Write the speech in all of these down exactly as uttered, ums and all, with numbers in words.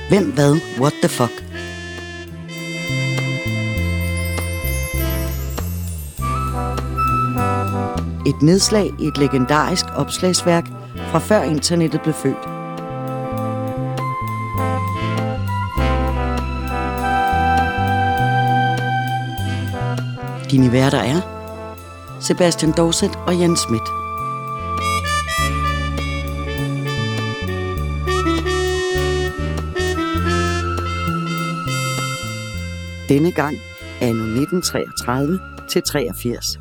Hvem, hvad, what the fuck? Et nedslag i et legendarisk opslagsværk fra før internettet blev født. Dine værter er Sebastian Dorset og Jens Schmidt. Denne gang anno nitten treogtredive til treogfirs.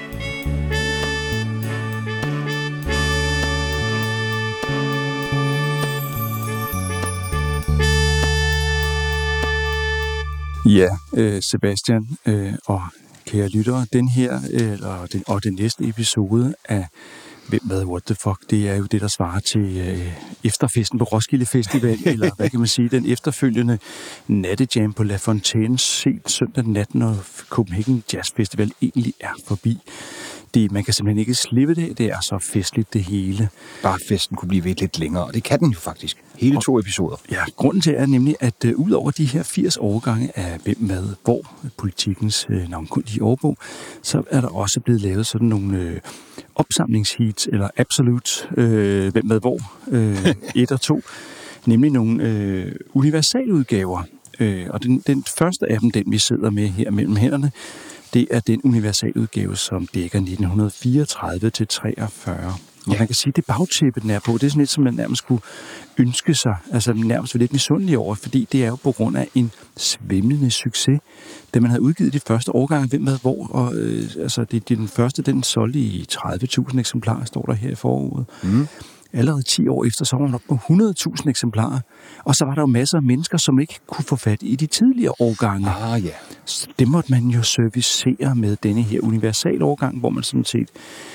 Ja, øh, Sebastian øh, og kære lyttere, den her øh, og, den, og den næste episode af Hvem, hvad, what the fuck, det er jo det, der svarer til øh, efterfesten på Roskilde Festival, eller hvad kan man sige, den efterfølgende nattejam på La Fontaine sent søndag nat, når Copenhagen Jazz Festival egentlig er forbi. Det, man kan simpelthen ikke slippe det, det er så festligt det hele. Bare festen kunne blive ved lidt længere, og det kan den jo faktisk. Hele to episoder. Ja, grunden til er nemlig, at uh, ud over de her firs årgange af Hvem, hvad, hvor, politikens uh, navnkundige årbog, så er der også blevet lavet sådan nogle uh, opsamlingsheats, eller absolute uh, Hvem, hvad, hvor, uh, et og to, nemlig nogle uh, universaludgaver. Uh, og den, den første af dem, den vi sidder med her mellem hænderne, det er den universaludgave, som dækker nitten fireogtredive til treogfyrre. Og ja. Man kan sige, at det bagtæppe, den er på, det er sådan lidt, som man nærmest skulle ønske sig, altså nærmest lidt misundelig over, fordi det er jo på grund af en svimlende succes. Da man havde udgivet de første årgange, Hvem, hvad, hvor, og øh, altså det, det, den første, den solgte i tredive tusind eksemplarer, står der her i foråret. Mm. Allerede ti år efter, så var man op på hundrede tusind eksemplarer. Og så var der jo masser af mennesker, som ikke kunne få fat i de tidligere årgange. Ah, ja. Så det måtte man jo servicere med denne her universal årgang, hvor man sådan set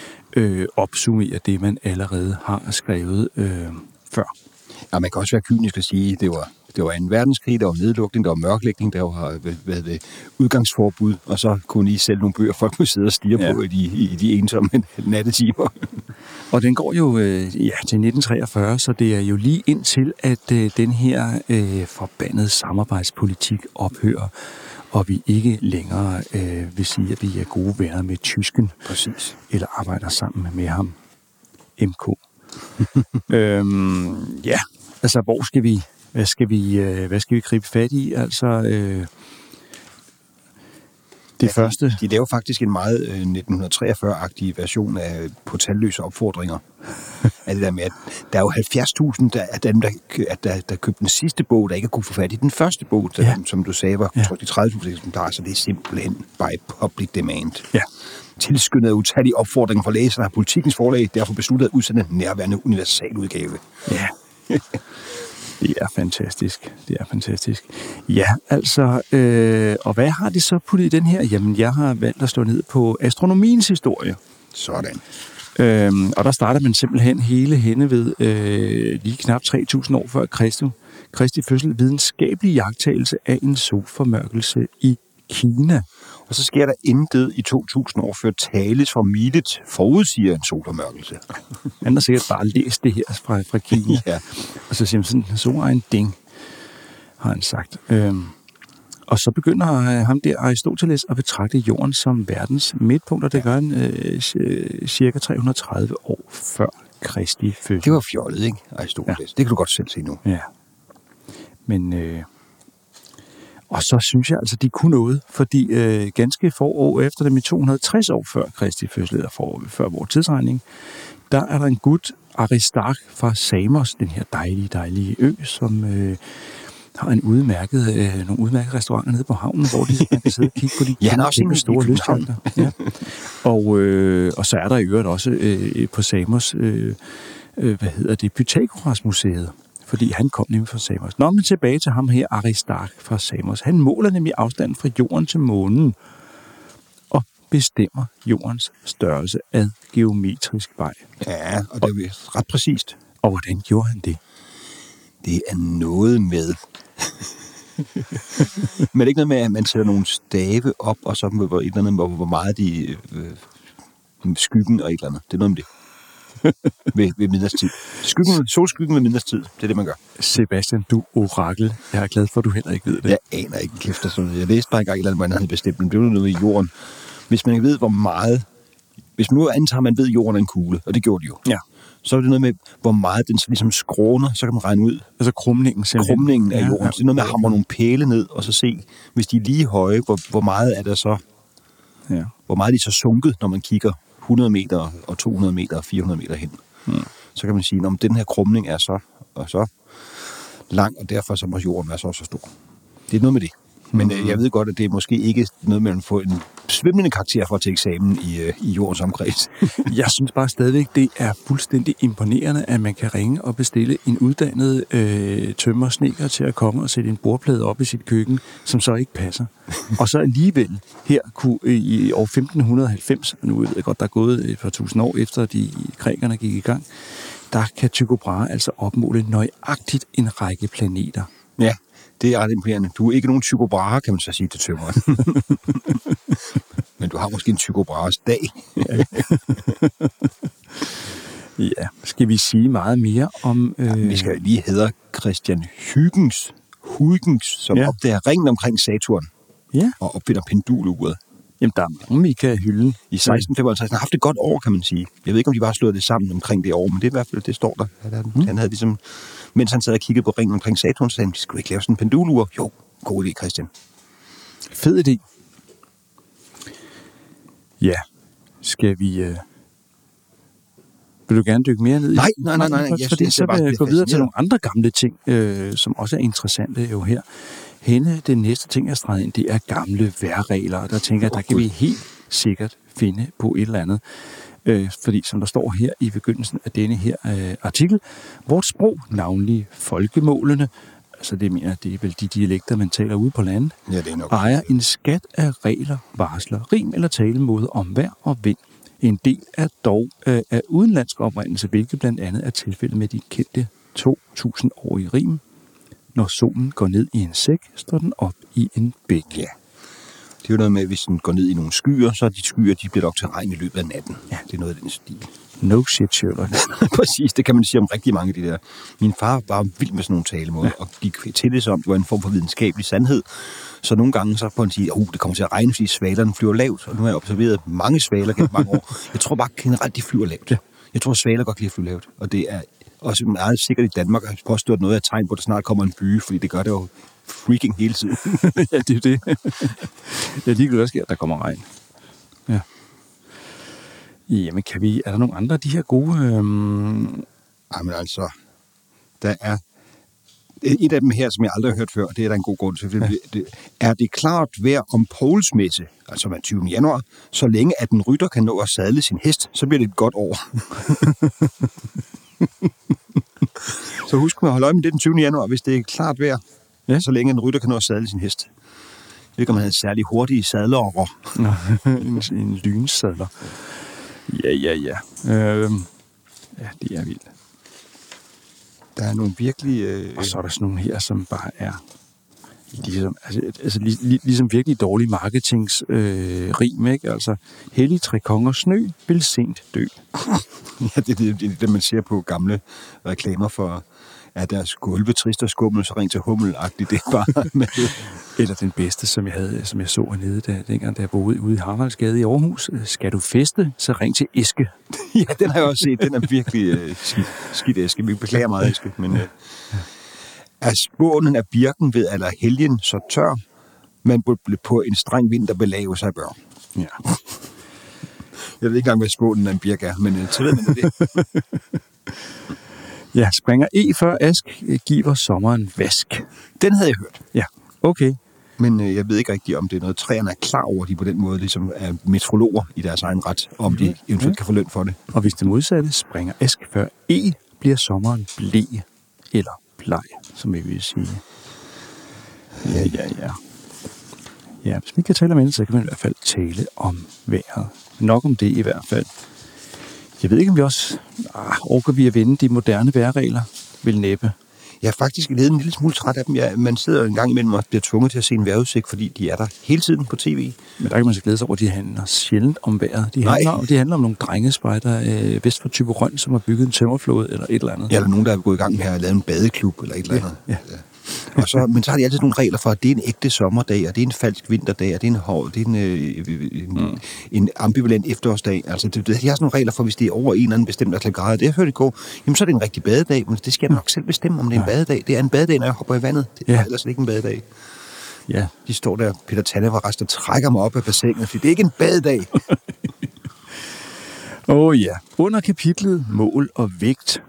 øh, opsummerer det, man allerede har skrevet øh, før. Ja, man kan også være kynisk at sige, at det var, det var en verdenskrig, der var nedlukning, der var mørklægning, der var hvad det, udgangsforbud, og så kunne I sælge nogle bøger, folk kunne sidde og stirre ja. på i de, i de ensomme nattetimer. Og den går jo øh, ja, til nitten treogfyrre, så det er jo lige indtil, at øh, den her øh, forbandede samarbejdspolitik ophører, og vi ikke længere øh, vil sige, at vi er gode venner med tysken. Præcis. Eller arbejder sammen med ham. M K. øhm, ja, altså hvor skal vi, hvad skal vi, øh, hvad skal vi gribe fat i? Altså øh, det ja, første. De, de laver faktisk en meget øh, nitten treogfyrre-agtig version af på talløse opfordringer. Af det der med, at der er jo halvfjerds tusind der, af dem, der, der, der købte den sidste bog, der ikke kunne få fat i den første bog, der, ja. som du sagde, var ja. trykt i tredive tusind eksemplarer, så det er simpelthen by public demand. Ja. Tilskyndet af utallige opfordringer fra læsere af Politikens Forlag, derfor besluttet at udsende en nærværende universaludgave. Ja. Det er fantastisk. Det er fantastisk. Ja, altså, øh, og hvad har de så puttet i den her? Jamen, jeg har valgt at stå ned på astronomiens historie. Sådan. Øhm, og der starter man simpelthen hele henne ved øh, lige knap tre tusind år før Kristus, Kristi fødsel, videnskabelig iagttagelse af en solformørkelse i Kina. Og så sker der intet i to tusind år før Thales fra Milet forudsiger en solformørkelse. Han har sikkert bare læst det her fra, fra Kina. Ja. Og så siger man sådan, så er en ding, har han sagt. Øhm, og så begynder ham der Aristoteles at betragte jorden som verdens midtpunkt, og det gør han øh, cirka tre hundrede og tredive år før Kristi fødsel. Det var fjollet, ikke, Aristoteles? Ja. Det kan du godt selv se nu. Ja. Men... Øh, Og så synes jeg altså, de kunne noget, fordi øh, ganske få år efter dem i to hundrede og tres år før Kristi fødsel, eller for, før vores tidsregning, der er der en gut, Aristark fra Samos, den her dejlige, dejlige ø, som øh, har en udmærket, øh, nogle udmærkede restauranter nede på havnen, hvor de man kan sidde og kigge på de ja, også kæmpe store lystyachter. Ja. Og, øh, og så er der i øvrigt også øh, på Samos, øh, øh, hvad hedder det, Pythagoras-museet. Fordi han kom nemlig fra Samos. Nå, men tilbage til ham her, Aristark fra Samos. Han måler nemlig afstanden fra jorden til månen og bestemmer jordens størrelse ad geometrisk vej. Ja, og det er ret præcist. Og hvordan gjorde han det? Det er noget med... Men det er ikke noget med, at man sætter nogle stave op, og så et eller andet, hvor, hvor meget de... Øh, skyggen og et eller andet. Det er noget med det. ved, ved midnatstid. Skyggen, solskyggen ved midnatstid, det er det, man gør. Sebastian, du orakel. Jeg er glad for, at du heller ikke ved det. Jeg aner ikke kæft af sådan noget. Jeg læste bare engang et eller andet, hvor han havde bestemt, men det blev noget i jorden. Hvis man ikke ved, hvor meget... Hvis man nu antager, at man ved, at jorden er en kugle, og det gjorde de jo, Ja. så er det noget med, hvor meget den ligesom skråner, så kan man regne ud Altså krumningen simpelthen. krumningen af Ja, jorden. ja. Så det er noget med at hamre nogle pæle ned, og så se, hvis de er lige høje, hvor, hvor meget er der så... Ja. Hvor meget er de så sunket, når man kigger hundrede meter og to hundrede meter og fire hundrede meter hen. Hmm. Så kan man sige, at den her krumning er så og så lang, og derfor så må jorden være så så stor. Det er noget med det. Men mm. øh, jeg ved godt, at det er måske ikke noget med at få en svimlende karakter for til eksamen i, øh, i jordens omkreds. Jeg synes bare stadigvæk, det er fuldstændig imponerende, at man kan ringe og bestille en uddannet øh, tømmersnedker til at komme og sætte en bordplade op i sit køkken, som så ikke passer. Og så alligevel her kunne i år femten halvfems, nu ved jeg godt, der er gået et par tusind år efter, de grækerne gik i gang, der kan Tycho Brahe altså opmåle nøjagtigt en række planeter. Ja, det er ret imponerende. Du er ikke nogen Tycho Brahe, kan man så sige til tømmeren. Men du har måske en Tycho Brahes dag. Ja, skal vi sige meget mere om... Øh... Ja, vi skal lige hedde Christian Huygens, Huygens som Ja. ja. opdager ringen omkring Saturn Ja, og opfinder penduluret. jamen der er mange, vi kan hylde. I seksten femoghalvtreds. Han har haft et godt år, kan man sige. Jeg ved ikke, om de bare slået det sammen omkring det år, men det er i hvert fald, det står der. Mm. Han havde ligesom, mens han sad og kiggede på ringen omkring Saturn, så sagde han, skulle vi ikke lave sådan en pendulur? Jo, god idé, Christian. Fed idé. Ja, skal vi... Øh... Vil du gerne dykke mere ned i? Nej, nej, nej, nej, nej. Jeg Fordi synes, så jeg bare vil jeg gå bliver videre til fascineret. nogle andre gamle ting, øh, som også er interessante jo her. Henne, den næste ting, jeg streger ind, det er gamle vejrregler, og der tænker jeg, der kan vi helt sikkert finde på et eller andet. Øh, fordi som der står her i begyndelsen af denne her øh, artikel, vort sprog, navnlig folkemålene, altså det mener det er vel de dialekter, man taler ude på landet, Ja, det er nok. ejer en skat af regler, varsler, rim eller talemåde om vejr og vind. En del er dog øh, af udenlandsk oprindelse, hvilket blandt andet er tilfældet med de kendte to tusind-årige rim. Når solen går ned i en sæk, står den op i en bæk. Ja. Det er jo noget med, at hvis den går ned i nogle skyer, så er de skyer, de bliver nok til regn i løbet af natten. Ja, det er noget af den stil. No shit, Sherlock. Præcis, det kan man sige om rigtig mange af de der. Min far var vild med sådan nogle talemåder, ja. Og gik til det som, det var en form for videnskabelig sandhed. Så nogle gange så får han sige, at uh, det kommer til at regne, fordi svalerne flyver lavt. Og nu har jeg observeret mange svaler gennem mange år. Jeg tror bare generelt, de flyver lavt. Jeg tror, svaler godt kan lide at flyve lavt. Og det er også meget sikkert i Danmark at påstå, at noget er tegn på, at der snart kommer en byge, fordi det gør det jo freaking hele tiden. Ja, det er det. Det er ligegyldigt, også sker, at der kommer regn. Ja. Jamen, kan vi... Er der nogle andre af de her gode... Øhm... Jamen altså, der er et af dem her, som jeg aldrig har hørt før, og det er der en god grund til. Ja. Det, er det klart vejr om Poulsmesse, altså om tyvende januar, så længe at en rytter kan nå at sadle sin hest, så bliver det et godt år. Så husk at holde øje med det den tyvende januar, hvis det er klart vejr, ja. Så længe en rytter kan nå at sadle sin hest. Jeg ved ikke, om han havde særlig hurtige sadlere. en, en lynsadler. Ja, ja, ja. Øhm, ja, det er vildt. Der er nogle virkelig... Øh... Og så er der sådan nogle her, som bare er ligesom, altså, altså lig, lig, ligesom virkelig dårlig marketings øh, rim, ikke? Altså, hellig tre konger snø vil sent dø. Ja, det er det, det, det, man ser på gamle reklamer for, at deres gulve trist og skummel, så ring til hummel-agtigt. Det er bare med. Eller den bedste, som jeg havde, som jeg så hernede, da, dengang, da jeg boede ude i Haraldsgade i Aarhus. Skal du feste, så ring til Eske. Ja, den har jeg også set. Den er virkelig øh, skidt, skidt Eske. Vi beklager meget, Eske. Men øh, er spånen af birken ved eller helgen så tør, man burde på en streng vinter belave sig bør. Ja. Jeg ved ikke engang, hvad spånen af en birk er, men øh, så ved man det. Ja, springer E før ask, giver sommeren vask. Den havde jeg hørt. Ja, okay. Men øh, jeg ved ikke rigtigt, om det er noget, træerne er klar over, de på den måde ligesom er meteorologer i deres egen ret, om de eventuelt kan få løn for det. Og hvis det modsatte, springer ask før E, bliver sommeren blæ eller bleg, som vi vil sige. Ja, ja, ja. Ja, hvis man ikke kan tale om andet, så kan man i hvert fald tale om vejret. Nok om det i hvert fald. Jeg ved ikke, om vi også ah, orker vi at vende de moderne vejrregler, vil næppe. Jeg er faktisk ledet en lille smule træt af dem. Jeg, man sidder en gang imellem og bliver tvunget til at se en vejrudsigt, fordi de er der hele tiden på tv. Men der kan man så glæde sig over, at de handler sjældent om vejret. De handler, de handler om nogle drengespejder øh, vest for Thyborøn, som har bygget en tømmerflåde eller et eller andet. Ja, eller nogen, der er gået i gang med at lave en badeklub eller et eller andet. Ja, ja. Og så, men så har de altid nogle regler for, at det er en ægte sommerdag, og det er en falsk vinterdag, og det er en, hård, det er en, øh, en, mm. en ambivalent efterårsdag. Altså, det, de har sådan nogle regler for, hvis det er over en eller anden bestemt antal grader. Det har jeg hørt i går. Jamen, så er det en rigtig badedag, men det skal jeg nok selv bestemme, om det er en badedag. Det er en badedag, når jeg hopper i vandet. Det er ja. ellers ikke en badedag. Ja. De står der, Peter Tanne var rest og trækker mig op af bassinet, fordi det er ikke en badedag. Åh oh, ja. Under kapitlet mål og vægt,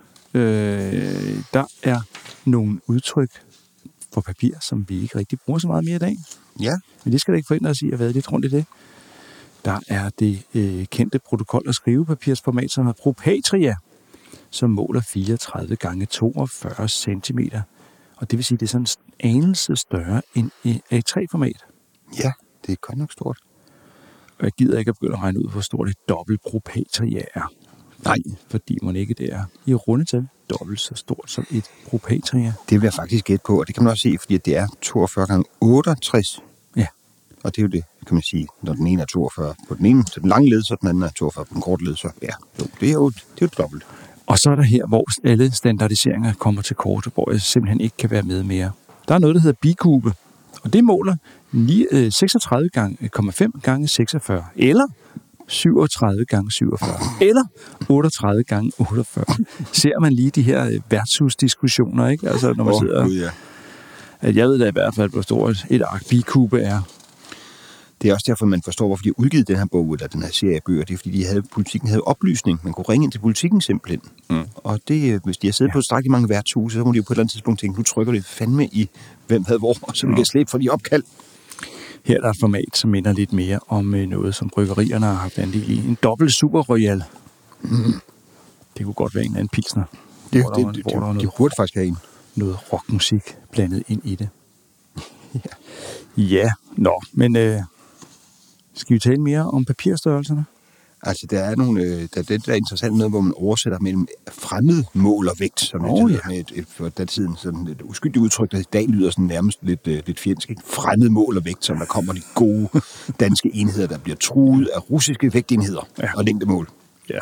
øh, der er nogle udtryk for papir, som vi ikke rigtig bruger så meget mere i dag. Ja. Men det skal da ikke forhindre os i at være lidt rundt i det. Der er det øh, kendte protokol- og skrivepapirsformat, som er Propatria, som måler fireogtredive gange toogfyrre centimeter. Og det vil sige, at det er sådan en anelse større end A tre format. Ja, det er godt nok stort. Og jeg gider ikke at begynde at regne ud, hvor stort et dobbelt Propatria er. Nej. Fordi man ikke det er i rundetal dobbelt så stort som et Propatria. Det vil jeg faktisk gætte på, og det kan man også se, fordi det er toogfyrre gange otteogtres. Ja. Og det er jo det, kan man sige, når den ene er toogfyrre på den ene, så den lange led, så den anden er toogfyrre på den korte led, så ja, jo, det er jo, det er jo dobbelt. Og så er der her, hvor alle standardiseringer kommer til kort, hvor jeg simpelthen ikke kan være med mere. Der er noget, der hedder bikube, og det måler seksogtredive gange fem gange seksogfyrre, eller syvogtredive gange syvogfyrre, eller otteogtredive gange otteogfyrre. Ser man lige de her værtshusdiskussioner, ikke? Altså, når man sidder... Oh, ja. At jeg ved da i hvert fald, hvor stort et ark bikube er. Det er også derfor, man forstår, hvorfor de har udgivet den her bog, eller den her serie af bøger. Det er, fordi de havde, politikken havde oplysning. Man kunne ringe ind til politikken simpelthen. Mm. Og det, hvis de har siddet ja. på stræk i mange værtshuse, så må de jo på et eller andet tidspunkt tænke, nu trykker det fandme i, hvem havde hvor, så vi kan slippe for de opkald. Her er der et format, som minder lidt mere om noget, som bryggerierne har haft andel i. En dobbelt Super Royal. Mm. Det kunne godt være en eller anden pilsner. Det, det, det, det, det, de burde faktisk have en. Noget rockmusik blandet ind i det. ja. Ja, nå, men øh, skal vi tale mere om papirstørrelserne? Altså, der er nogle, øh, der, det der er interessant noget, hvor man oversætter mellem fremmed mål og vægt, som oh, ja. med et, et, for den tiden sådan et uskyldigt udtryk, der i dag lyder sådan nærmest lidt, øh, lidt fjendsk. Ikke? Fremmed mål og vægt, som der kommer de gode danske enheder, der bliver truet af russiske vægtenheder ja. og længdemål. Ja.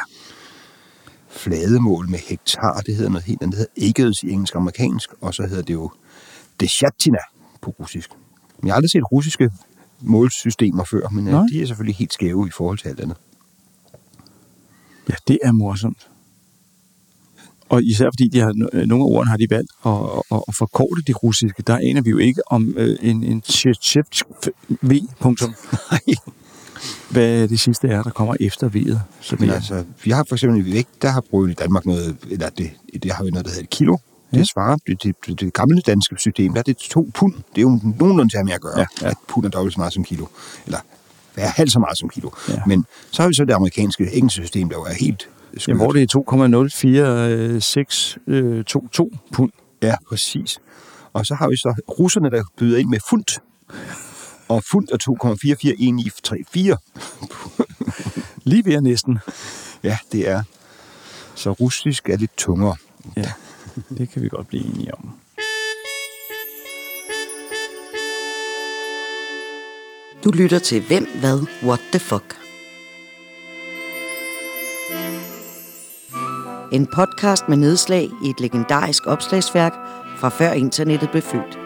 Flademål med hektar, det hedder noget helt andet. Det hedder acres i engelsk og amerikansk, og så hedder det jo desjatina på russisk. Jeg har aldrig set russiske målsystemer før, men Nej. de er selvfølgelig helt skæve i forhold til alt andet. Ja, det er morsomt. Og især fordi de har, nogle af ordene har de valgt at, at, at forkorte de russiske. Der aner vi jo ikke om øh, en, en V. Punktum. Nej. Hvad det sidste er, der kommer efter V'et. Men altså, vi har for eksempel i vægt, der har brugt i Danmark noget, eller det, det har vi noget, der hedder et kilo. Det ja. svarer det, det, det, det gamle danske system, der er det to pund. Det er jo nogenlunde til med at gøre, ja, ja. at pund er dobbelt så meget som kilo. Eller hvad er halvt så meget som kilo. Ja. Men så har vi så det amerikanske engelske system, der jo er helt skørt. Ja, hvor det er to komma nul fire seks to to pund. Ja, præcis. Og så har vi så russerne, der byder ind med fund. Og fund er to komma fire fire en ni tre fire. Lige ved næsten. Ja, det er. Så russisk er lidt tungere. Ja, det kan vi godt blive enige om. Du lytter til Hvem, Hvad, What the Fuck. En podcast med nedslag i et legendarisk opslagsværk fra før internettet blev født.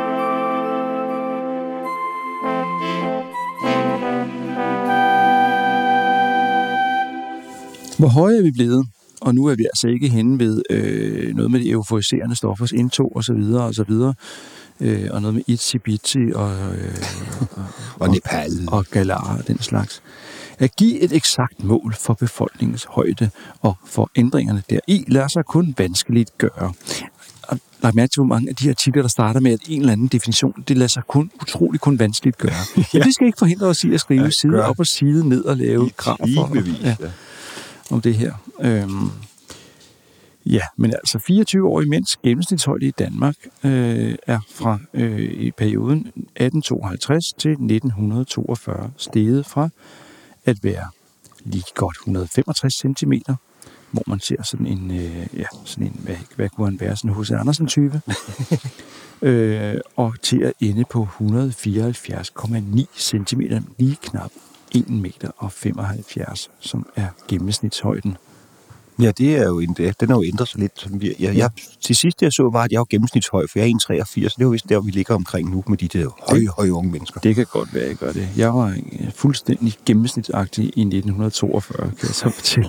Hvor høje er vi blevet? Og nu er vi altså ikke henne ved øh, noget med de euforiserende stoffers indtog og så videre og så videre. Øh, og noget med itsy-bitsy og, øh, og, og Nepal og, og galar og den slags. At give et eksakt mål for befolkningens højde og for ændringerne deri lader sig kun vanskeligt gøre. Og lad mærke til, hvor mange af de artikler, der starter med, at en eller anden definition, det lader sig kun utroligt kun vanskeligt gøre. ja. Men det skal ikke forhindre os i at skrive ja, side op og side ned og lave grafer ja, om det her. Øhm, ja, men altså fireogtyve-årige mænds gennemsnitshøjde i Danmark øh, er fra øh, i perioden atten tooghalvtreds til nitten toogfyrre steget fra at være lige godt et hundrede og femogtres centimeter hvor man ser sådan en, øh, ja, sådan en, hvad, hvad kunne han være, sådan en H C Andersen-type, øh, og til at ende på et hundrede og fireoghalvfjerds komma ni centimeter, lige knap en meter og femoghalvfjerds, som er gennemsnitshøjden. Ja, det er jo en, den har jo ændret sig lidt. Jeg, jeg, jeg, til sidst jeg så var, at jeg var gennemsnitshøj, for jeg er en komma treogfirs, så det var vist der, vi ligger omkring nu med de der høje, høje unge mennesker. Det kan godt være, jeg gør det. Jeg var fuldstændig gennemsnitsagtig i nitten toogfyrre, kan jeg så fortælle.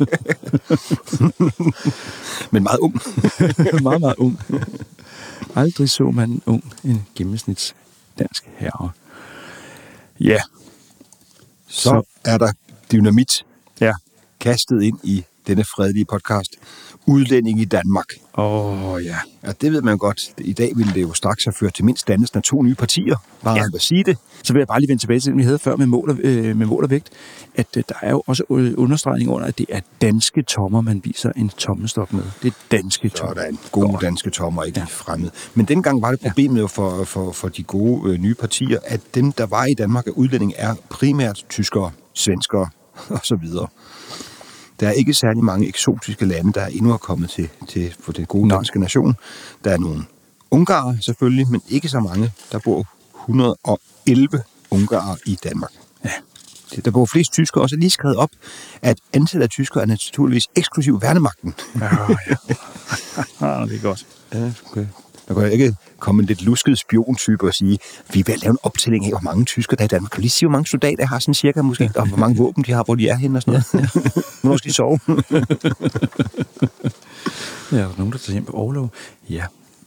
Men meget ung. meget, meget ung. Aldrig så man ung en gennemsnits dansk herre. Ja. Så, så er der dynamit. Ja. Kastet ind i denne fredelige podcast. Udlænding i Danmark. Åh, oh, ja. Ja, det ved man godt. I dag ville det jo straks have ført til mindst dannelsen af to nye partier. Bare ja. At sige det. Så vil jeg bare lige vende tilbage til det, vi havde før med mål og, øh, med mål og vægt. At øh, der er jo også understregning under, at det er danske tommer, man viser en tommestok med. Det er danske tommer. Sådan, gode Godt. danske tommer, ikke ja. Fremmed. Men dengang var det problemet jo for, for, for de gode øh, nye partier, at dem, der var i Danmark af udlænding, er primært tyskere, svenskere og så videre. Der er ikke særlig mange eksotiske lande, der endnu er kommet til, til for den gode danske nation. Der er nogle ungarer selvfølgelig, men ikke så mange. Der bor et hundrede og elleve ungarer i Danmark. Ja. Der bor flest tyskere, også lige skrevet op, at antallet af tyskere er naturligvis eksklusiv værnemagten. Ja, ja. Det er godt. Ja, okay. Der kan jeg ikke komme en lidt lusket spiontype og sige, vi vil lave en optælling af, hvor mange tyskere der er i Danmark. Kan du lige sige, hvor mange soldater har sådan cirka måske, og hvor mange våben de har, hvor de er henne og sådan noget? Ja, ja. Hvornår skal de sove? Ja, er der nogen, der tager hjem på overlov? Ja.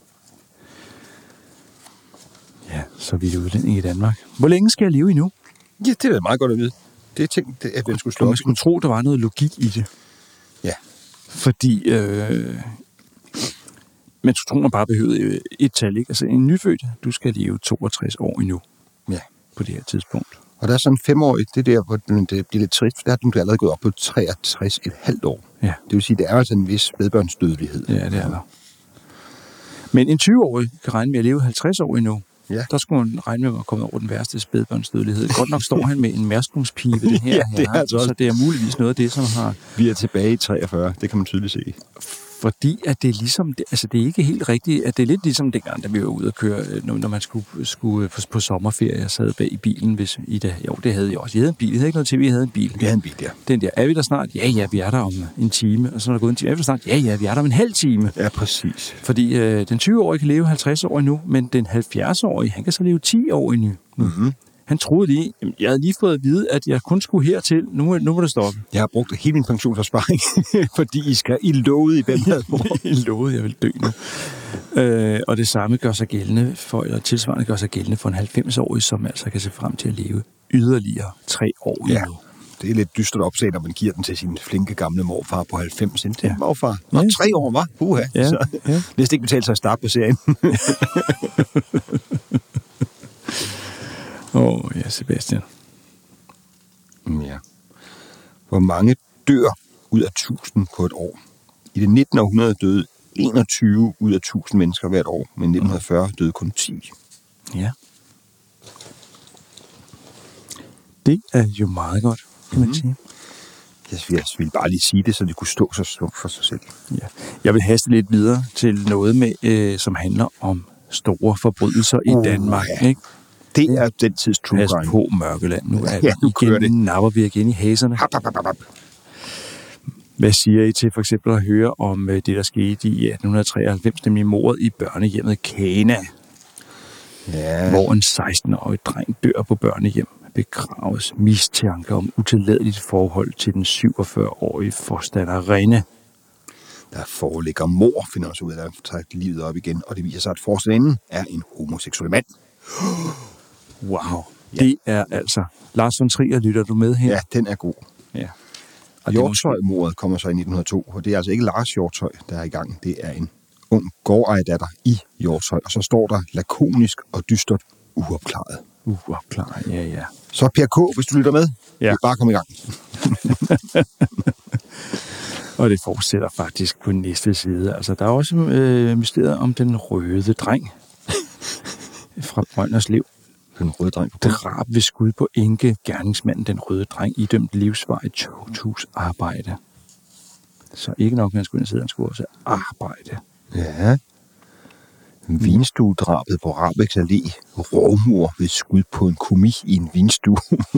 Ja, så er vi udlænding i Danmark. Hvor længe skal jeg leve endnu? Ja, det er da meget godt at vide. Det er ting, at man skulle slå op. Man skulle tro, der var noget logik i det. Ja. Fordi... Øh, Men så tror man bare behøvede et tal, ikke? Altså en nyfødt, du skal leve toogtres år endnu. Ja. På det her tidspunkt. Og der er sådan femårigt, det der, hvor det bliver lidt trist, for der er du allerede gået op på treogtres komma fem år. Ja. Det vil sige, det er altså en vis spædbørnsdødelighed. Ja, det er der. Men en tyve-årig kan regne med at leve halvtreds år endnu. Ja. Der skulle man regne med at komme over den værste spædbørnsdødelighed. Godt nok står han med en mærskumspibe, den her, ja, det er her altså så det er muligvis noget af det, som har... Vi er tilbage i treogfyrre, det kan man tydeligt se. Fordi at det er ligesom, altså det er ikke helt rigtigt, at det er lidt ligesom dengang, da vi var ude at køre, når man skulle, skulle på, på sommerferie, jeg sad bag i bilen, hvis I da, jo det havde jeg også, jeg havde en bil, jeg havde ikke noget til, vi havde en bil. Vi havde en bil, ja. Den der, er vi der snart? Ja, ja, vi er der om en time, og så er der gået en time, er vi der snart? Ja, ja, vi er der om en halv time. Ja, præcis. Fordi øh, den tyve-årige kan leve halvtreds år endnu, men den halvfjerds-årige, han kan så leve ti år endnu. Mhm. Han troede lige, jeg havde lige fået at vide, at jeg kun skulle hertil. Nu, nu må det stoppe. Jeg har brugt hele min pensionsopsparing, fordi I skal I lovede i hvem havde I lovede, jeg vil dø nu. Øh, og det samme gør sig gældende for, eller tilsvarende gør sig gældende for en halvfems-årig, som altså kan se frem til at leve yderligere tre år ja. endnu. Det er lidt dystert opsag, når man giver den til sin flinke gamle morfar på halvfems. Det ja. morfar. Nå, ja. tre år, var? Puha. Ja. Så Ja. næsten ikke betalt sig at starte på serien. Åh, oh, ja, Sebastian. Ja. Hvor mange dør ud af tusind på et år? I det nittende århundrede døde enogtyve ud af tusind mennesker hvert år, men i nitten fyrre døde kun ti. Ja. Det er jo meget godt, kan man sige. Jeg ville bare lige sige det, så det kunne stå så smukt for sig selv. Ja. Jeg vil haste lidt videre til noget, med, øh, som handler om store forbrydelser i uh, Danmark, ja. ikke? Det er den tids true Pas crime. på, Mørkeland. Nu er ja, nu vi igen, det. napper vi igen i haserne. Hap, hap, hap, hap. Hvad siger I til for eksempel at høre om det, der skete i atten treoghalvfems, nemlig mordet i børnehjemmet Kana, ja. hvor en seksten-årig dreng dør på børnehjem, begraves mistanke om utilladeligt forhold til den syvogfyrre-årige forstanderinde. Der foreligger mord, finder os ud af, at tager livet op igen, og det viser sig, at forstanderinden er en homoseksuel mand. Wow, ja. Det er altså... Lars von Trier, lytter du med her? Ja, den er god. Ja. Hjortshøj-mordet kommer så i nitten hundrede og to, og det er altså ikke Lars Hjortshøj, der er i gang. Det er en ung gårdejerdatter i Hjortshøj, og så står der lakonisk og dystert uopklaret. Uopklaret, ja, ja. Så Per K., hvis du lytter med, ja. Bare kom i gang. Og det fortsætter faktisk på næste side. Altså, der er også øh, mysteriet om den røde dreng fra Brønderslev. Den røde dreng på drab ved skud på enke gerningsmanden, den røde dreng, idømt livsvarigt to tusind arbejde. Så ikke nok, at han skulle ind og sidde, han skulle også arbejde. Ja. Vinstuedrabet på Rahbeks Allé. Rovmor ved skud på en komi i en vinstue.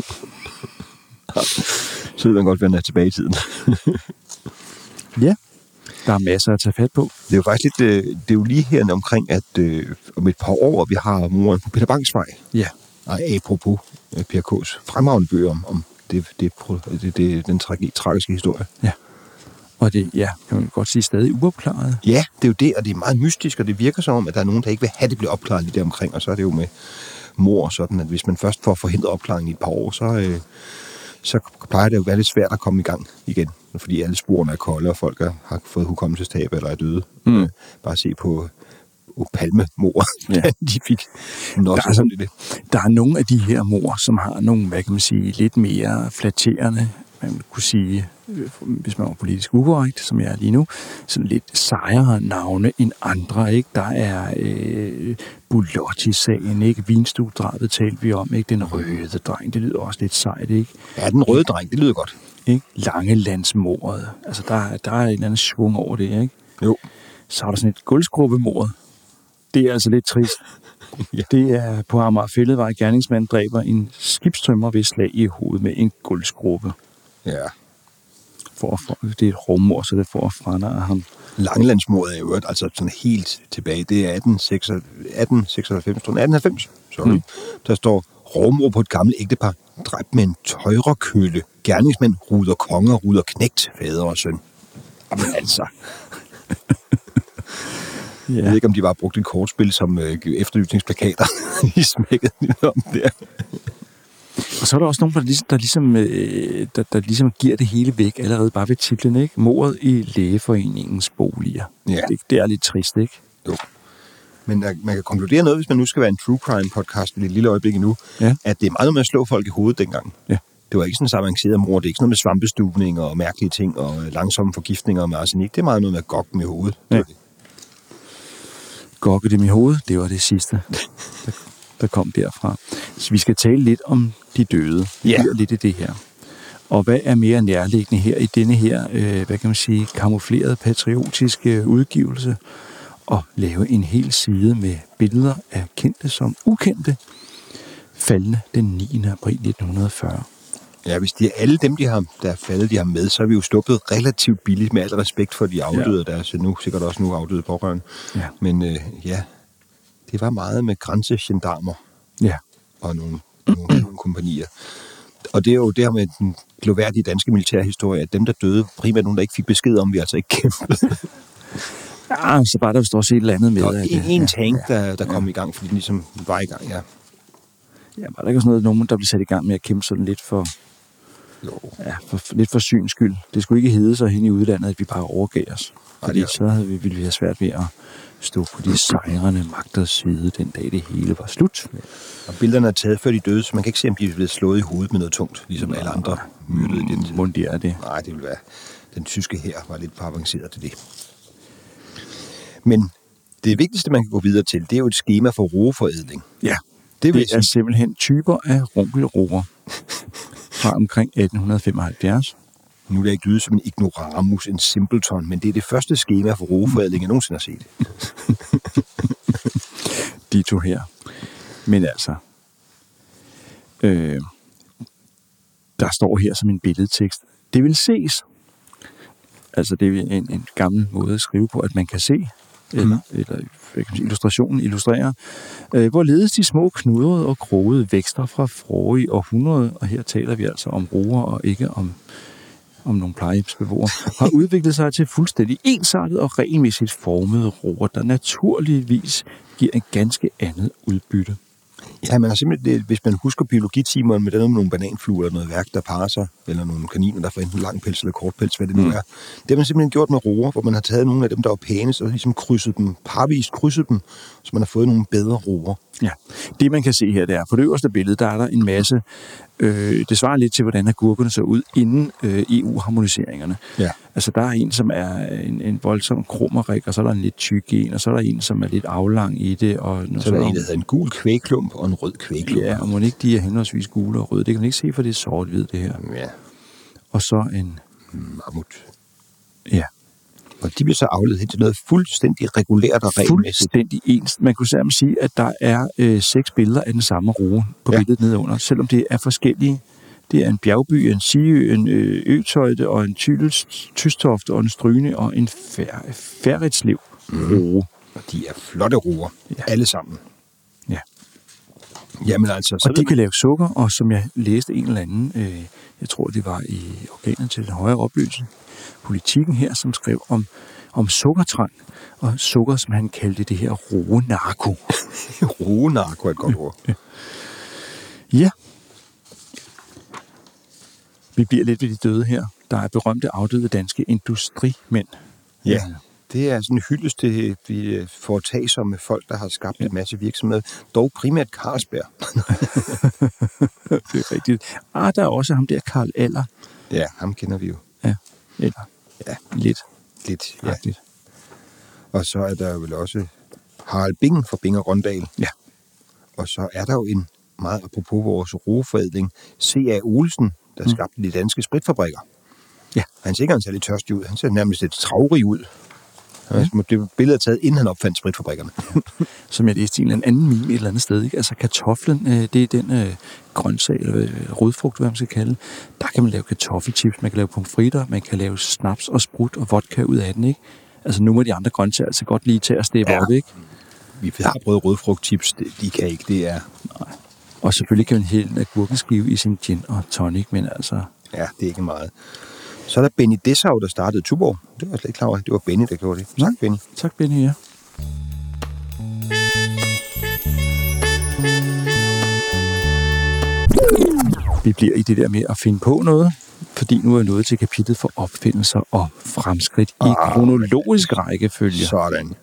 Så ved man godt, hvordan er tilbage i tiden. Ja, der er masser at tage fat på. Det er jo faktisk lidt, øh, det er jo lige her omkring, at øh, om et par år, vi har moren på Peter Bangs Vej. Ja. Og apropos øh, P R K's fremragende bøger om, om det, det, det, det, den tragi, tragiske historie. Ja. Og det, ja, kan man godt sige, stadig uopklaret. Ja, det er jo det, og det er meget mystisk, og det virker som om, at der er nogen, der ikke vil have det blive opklaret lige der omkring, og så er det jo med mor sådan, at hvis man først får forhindret opklaringen i et par år, så, øh, så plejer det jo at være lidt svært at komme i gang igen, fordi alle sporene er kolde, og folk er, har fået hukommelsestab eller er døde. Mm. Bare se på uh, Palme-mor, ja. De fik noget der, er sådan, det. Der er nogle af de her mor, som har nogle, hvad kan man sige, lidt mere flatterende, man kunne sige, hvis man var politisk ukorrekt, som jeg er lige nu, sådan lidt sejere navne end andre, ikke? Der er øh, Bulotti-sagen, ikke? Vinstuedrabet talte vi om, ikke? Den røde dreng, det lyder også lidt sejt, ikke? Ja, den røde dreng, det lyder godt. Ikke? Langelandsmordet, altså der, der er en eller anden svung over det, ikke? Jo. Så er der sådan et gulvskrubbemord. Det er altså lidt trist. Ja. Det er på Amager Fælled, gerningsmand dræber en skibstømrer ved slag i hovedet med en gulvskrubbe. Ja. For at, det er et rummord, så det får at frandre ham. Langelandsmordet er jo altså sådan helt tilbage. Det er atten seksoghalvfems, atten halvfems, sorry. Mm. Der står rummord på et gammelt ægtepar, dræbt med en tøjrekølle. Gerningsmænd ruder konger, ruder knægt, fader og søn. Jamen altså. Ja. Jeg ved ikke, om de bare brugte et kortspil som øh, efterlysningsplakater i smækket om der. Og så er der også nogen, der ligesom, der, ligesom, øh, der, der ligesom giver det hele væk allerede bare ved titlen, ikke? Mordet i Lægeforeningens boliger. Ja. Det, det er lidt trist, ikke? Jo. Men uh, man kan konkludere noget, hvis man nu skal være en true crime podcast i et lille øjeblik endnu, ja. At det er meget med at slå folk i hovedet dengang. Ja. Det var ikke sådan så avanceret mord. Det er ikke sådan noget med svampestuvning og mærkelige ting og langsomme forgiftninger med arsenik. Det er meget noget med at gokke dem i hovedet. Ja. Gokke dem i hovedet, det var det sidste, der, der kom derfra. Så vi skal tale lidt om de døde. Ja. Lidt i det her. Og hvad er mere nærliggende her i denne her, øh, hvad kan man sige, kamuflerede patriotiske udgivelse? Og lave en hel side med billeder af kendte som ukendte, faldende den niende april nitten fyrre. Ja, hvis de er alle dem, de har, der er faldet, de har med, så er vi jo stoppet relativt billigt med al respekt for de afdøde, ja. Der er nu sikkert også nu afdøde pårørende. Ja. Men øh, ja, det var meget med grænsegendarmer ja. Og nogle, nogle, nogle kompanier. Og det er jo det her med den gloværdige danske militærhistorie, at dem, der døde, primært nogen, der ikke fik besked om, vi altså ikke kæmpede. Ja, så bare der vist også et eller andet med. Og en, en tank, der, der kom ja. I gang, fordi den ligesom var i gang, ja. Ja, var der ikke også noget, nogen, der blev sat i gang med at kæmpe sådan lidt for, jo. Ja, for, lidt for syns skyld. Det skulle ikke hedde sig hen i udlandet, at vi bare overgav os. Fordi ja, så havde vi, ville vi have svært ved at stå på de sejrende magters side den dag, det hele var slut. Ja. Og billederne er taget før de døde, så man kan ikke se, om de er blevet slået i hovedet med noget tungt, ligesom ja, alle andre myrdede i den tid. Hvordan er det? Nej, det ville være... Den tyske her var lidt for avanceret til det. Men det vigtigste, man kan gå videre til, det er jo et skema for roeforædling. Ja, det, det er simpelthen typer af runkelroer fra omkring atten femoghalvfjerds. Nu er det ikke lyde som en ignoramus, en simpleton, men det er det første skema for roeforædling, jeg nogensinde har set. De to her. Men altså, øh, der står her som en billedtekst. Det vil ses. Altså, det er en, en gammel måde at skrive på, at man kan se, eller, mm. eller illustrationen illustrerer, øh, hvorledes de små knudrede og krogede vækster fra forrige århundrede, og her taler vi altså om roer og ikke om, om nogle plejehjemsbeboere, har udviklet sig til fuldstændig ensartet og regelmæssigt formede roer, der naturligvis giver et ganske andet udbytte. Ja, man har simpelthen, hvis man husker biologitimeren med den med nogle bananfluer eller noget værk, der parer sig, eller nogle kaniner, der får enten lang pels eller kort pels, hvad det nu er. Det har man simpelthen gjort med roer, hvor man har taget nogle af dem, der var pænest, og ligesom krydset dem, parvist krydset dem, så man har fået nogle bedre roer. Ja, det man kan se her, det er, på det øverste billede, der er der en masse, øh, det svarer lidt til, hvordan agurkerne så ud inden øh, E U-harmoniseringerne. Ja. Altså, der er en, som er en, en voldsom krummerik, og så er der en lidt tyk en, og så er der en, som er lidt aflang i det. Og så, så er der en, der hedder en gul kvægklump og en rød kvægklump. Ja, og må ikke de er henholdsvis gule og røde. Det kan man ikke se, for det er sort-hvid, det her. Ja. Og så en... Mammut. Ja. Og de bliver så afledt hen til noget fuldstændig regulært og regelmæssigt. Fuldstændig ens. Man kunne simpelthen sige, at der er øh, seks billeder af den samme roe på ja. billedet nedenunder, selvom det er forskellige. Det er en bjergby, en Siø, en øh, Øtøjde og en Tyles, Tystofte og en Stryne og en fær, Færritslev roe. Mm. Og de er flotte roer, ja. alle sammen. Ja. Jamen altså... Så og de kan lave sukker, og som jeg læste en eller anden, øh, jeg tror det var i organet til den højere opløsning, Politikken her, som skrev om, om sukkertrang, og sukker, som han kaldte det her roe-narko. Roe-narko er et godt ord. Ja. Vi bliver lidt ved de døde her. Der er berømte afdøde danske industrimænd. Ja, det er sådan en hyldest til vi foretagsomme folk, der har skabt ja. en masse virksomheder. Dog primært Carlsberg. Det er rigtigt. Ah, der er også ham der, Karl Aller. Ja, ham kender vi jo. Ja, eller ja. lidt. Lidt, ja. Rigtigt. Og så er der jo vel også Harald Bing fra Bing og Røndal. Ja. Og så er der jo en meget apropos vores roeforædling, C A. Olsen, der mm. skabte de danske spritfabrikker. Ja. Han ser ikke særlig tørstig ud. Han ser nærmest lidt travrig ud. Ja. Det billede er taget, inden han opfandt spritfabrikkerne. Som jeg læste i en eller anden meme et eller andet sted. Ikke? Altså kartoflen, øh, det er den øh, grøntsag, eller øh, rødfrugt, hvad man skal kalde. Der kan man lave kartoffelchips, man kan lave pomfritter, man kan lave snaps og sprut og vodka ud af den. Ikke? Altså nogle af de andre grøntsager altså godt lige til at steppe ja. op, ikke? Vi har prøvet rødfrugtchips, de kan ikke, det er... Nej. Og selvfølgelig kan man hælde en agurkenskive i sin gin og tonic, men altså... Ja, det er ikke meget. Så er der Benny Dessau, der startede Tuborg. Det var jeg slet ikke klar over. Det var Benny, der gjorde det. Tak, Benny. Tak, Benny, ja. Vi bliver i det der med at finde på noget, fordi nu er jeg nået til kapitlet for opfindelser og fremskridt i ah, kronologisk rækkefølge. Sådan.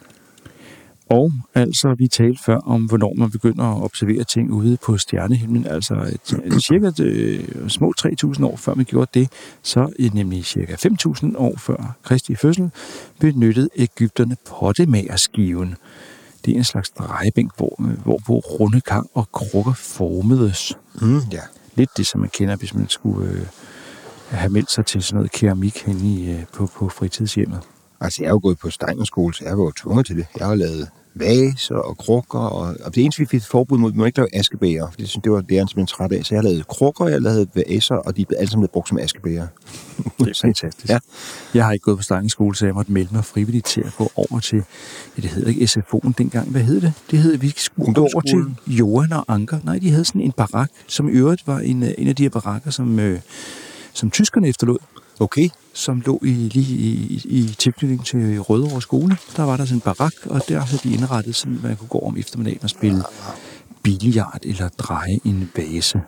Og altså, vi talte før om, hvornår man begynder at observere ting ude på stjernehimlen. Altså et, et, cirka et, små tre tusind år før man gjorde det, så et, nemlig cirka fem tusind år før Kristi fødsel, benyttede egypterne pottemagerskiven. Det er en slags drejebænk, hvor, hvor på runde kar og krukker formedes. Mm, ja. Lidt det, som man kender, hvis man skulle øh, have meldt sig til sådan noget keramik henne i, øh, på, på fritidshjemmet. Altså, jeg er jo gået på Steinerskole, så jeg var jo tvunget til det. Jeg har lavet vaser og krukker, og, og det eneste, vi fik et forbud mod, vi må ikke lave askebæger, for det, synes, det var læreren simpelthen træt af. Så jeg har lavet krukker, jeg har lavet vaser, og de er alle sammen blevet brugt som askebæger. Det er fantastisk. Ja. Jeg har ikke gået på Steinerskole, så jeg måtte melde mig frivilligt til at gå over til, ja, det hedder ikke S F O'en dengang, hvad hed det? Det hed, vi skulle gå over til Johan og Anker. Nej, de havde sådan en barak, som i øvrigt var en, en af de her barakker, som, øh, som tyskerne efterlod. Okay. Som lå i, lige i, i, i tilknytning til Rødovre skole. Der var der sådan en barak, og der havde de indrettet, så man kunne gå om eftermiddagen og spille billiard eller dreje en vase.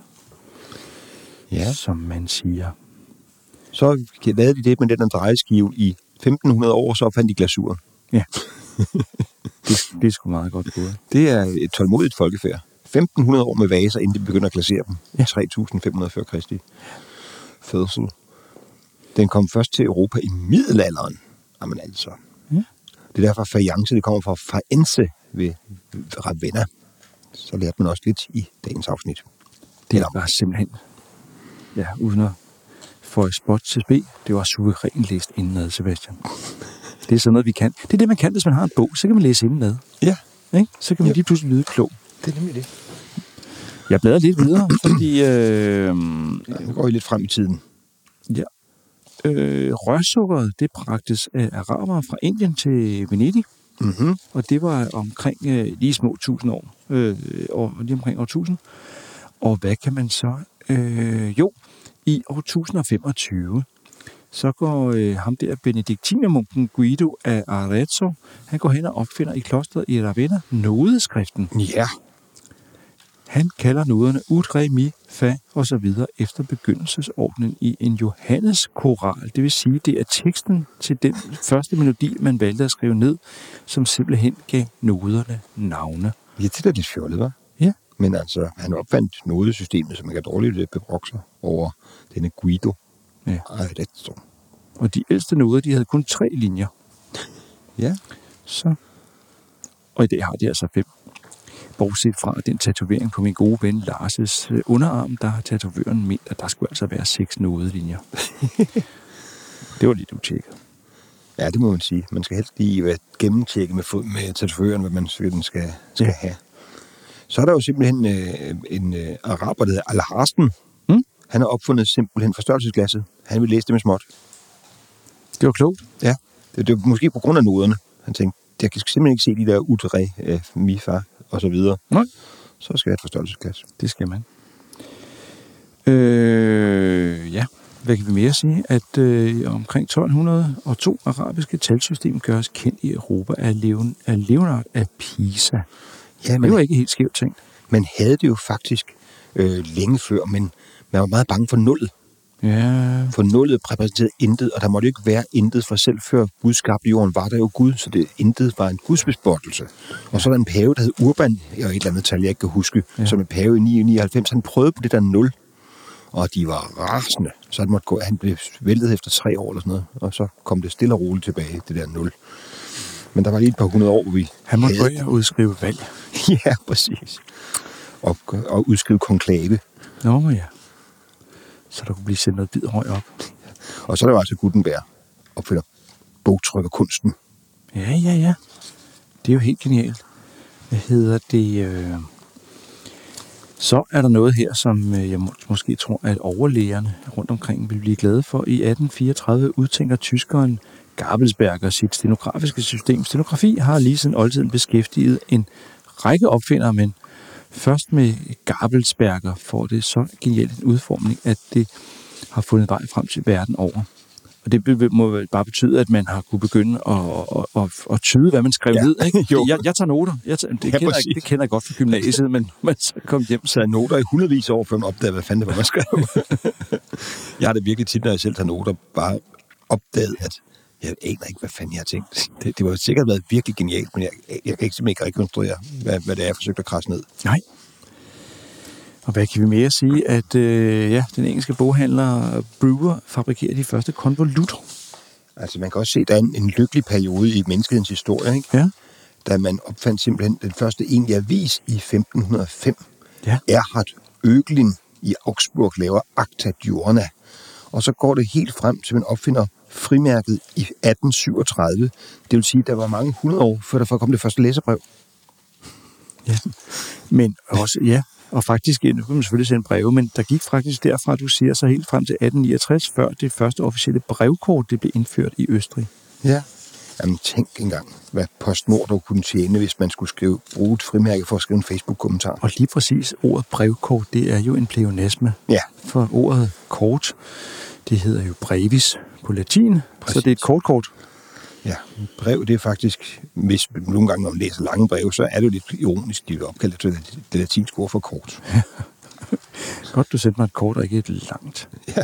Ja. Som man siger. Så lavede de det med den drejeskive i femten hundrede år, så fandt de glasur. Ja. det, det er sgu meget godt gået. Det er et tålmodigt folkefærd. femten hundrede år med vaser, inden de begynder at glasere dem. Ja. tre tusind fem hundrede før Kristi fødsel. Den kom først til Europa i middelalderen. Jamen altså. Ja. Det er derfor fajance, det kommer fra faense ved Ravenna. Så lærte man også lidt i dagens afsnit. Det er bare simpelthen, ja, uden at få et spot til spe, det var suverænt læst indenad, Sebastian. Det er sådan noget, vi kan. Det er det, man kan, hvis man har en bog, så kan man læse indenad. Ja. Ikke? Så kan man ja. lige pludselig lyde klog. Det er nemlig det. Jeg bladrer lidt videre, fordi... Øh, ja, nu går vi lidt frem i tiden. Ja. Øh, rørsukkeret, det bragtes af arabere fra Indien til Venedig. Mm-hmm. Og det var omkring øh, lige små tusind år. Øh, år lige omkring år tusind. Og hvad kan man så? Øh, jo, i år tusind femogtyve, så går øh, ham der benediktinermunken Guido af Arezzo, han går hen og opfinder i klosteret i Ravenna nodeskriften. Ja. Han kalder noderne ut, re, mi, fa og så videre efter begyndelsesordenen i en Johannes-koral. Det vil sige, det er teksten til den første melodi, man valgte at skrive ned, som simpelthen gav noderne navne. Ja, det er lidt fjollet, hva'? Ja. Men altså, han opfandt nodesystemet, så man kan dårligt bebrokke sig over denne Guido. Ja. Arezzo. Og de ældste noder, de havde kun tre linjer. Ja. Så. Og i dag har de altså fem. Bortset fra den tatovering på min gode ven Lars' underarm, der har tatovøren ment, at der skulle altså være seks nodelinjer. Det var lidt utjekket. Ja, det må man sige. Man skal helst lige være gennemtjekket med, med tatovøren, hvad man den skal, skal ja. have. Så er der jo simpelthen øh, en øh, araber, der hedder Al-Harsten. Mm? Han har opfundet simpelthen forstørrelsesglasset. Han vil læse det med småt. Det var klogt. Ja, det, det var måske på grund af noderne. Han tænkte, jeg kan simpelthen ikke se de der utre, øh, mifa og så videre. Nej. Så skal jeg have et forstørrelsesglas. Det skal man. Øh, ja, hvad kan vi mere sige? At øh, omkring tolv hundrede og to arabiske talsystem gøres kendt i Europa af, Leon, af Leonard af Pisa. Ja, men, det var ikke helt skævt tænkt. Man havde det jo faktisk øh, længe før, men man var meget bange for nullet. Ja. For nullet repræsenterede intet, og der måtte jo ikke være intet, for selv før Gud skabte jorden, var der jo Gud, så det intet var en gudsbespottelse. Og så er der en pave, der hed Urban, og et eller andet tal, jeg ikke kan huske, ja. som en pave i ni nioghalvfems, han prøvede på det der nul, og de var rasende, så han, måtte gå, han blev væltet efter tre år eller sådan noget, og så kom det stille og roligt tilbage, det der nul. Men der var lige et par hundrede år, hvor vi Han måtte havde... gå og udskrive valg. Ja, præcis. Og, og udskrive konklave. Nå, ja. Så der kunne blive sendt noget hvid røg op. Og så er der jo altså Gutenberg, opfinder bogtrykkerkunsten. Ja, ja, ja. Det er jo helt genialt. Hvad hedder det? Øh... Så er der noget her, som jeg må, måske tror, at overlægerne rundt omkring vil blive glade for. I atten fireogtredive udtænker tyskeren Gabelsberger sit stenografiske system. Stenografi har lige siden oldtiden beskæftiget en række opfindere, men først med Gabelsberger får det så genialt en udformning, at det har fundet vej frem til verden over. Og det må bare betyde, at man har kunne begynde at, at, at, at tyde, hvad man skrev ja. ned. Ikke? Jeg, jeg tager noter. Jeg tager, det, ja, kender jeg, det kender jeg godt fra gymnasiet, men man så kom hjem. Så noter i hundredvis år, før man opdagede, hvad fanden det var, man skrev. Jeg har det virkelig tit, når jeg selv tager noter, bare opdaget, at jeg aner ikke, hvad fanden jeg har tænkt. Det, det var sikkert været virkelig genialt, men jeg, jeg kan ikke simpelthen ikke rekonstruere, hvad, hvad det er, jeg forsøgt at krasse ned. Nej. Og hvad kan vi mere sige? At øh, ja, den engelske boghandler Brewer fabrikerer de første konvolutter. Altså man kan også se, at der er en, en lykkelig periode i menneskehedens historie, ikke? Ja. Da man opfandt simpelthen den første egentlige avis i femten hundrede og fem. Ja. Erhard Öglin i Augsburg laver Acta Diurna. Og så går det helt frem til, man opfinder frimærket i atten syvogtredive. Det vil sige, at der var mange hundrede år, før der kom det første læserbrev. Ja, men også, ja, og faktisk, nu kan man selvfølgelig sende breve, men der gik faktisk derfra, du siger, så helt frem til atten niogtres, før det første officielle brevkort, det blev indført i Østrig. Ja. Jamen tænk engang, hvad PostNord dog kunne tjene, hvis man skulle skrive, bruge et frimærke for at skrive en Facebook-kommentar. Og lige præcis ordet brevkort, det er jo en pleonasme. Ja. For ordet kort, det hedder jo brevis på latin, præcis. Så det er et kortkort. Ja, brev, det er faktisk, hvis nogle gange, når man læser lange breve, så er det jo lidt ironisk, de vil opkalde det, det latinske ord for kort. Godt, du sendte mig et kort, og ikke et langt. Ja.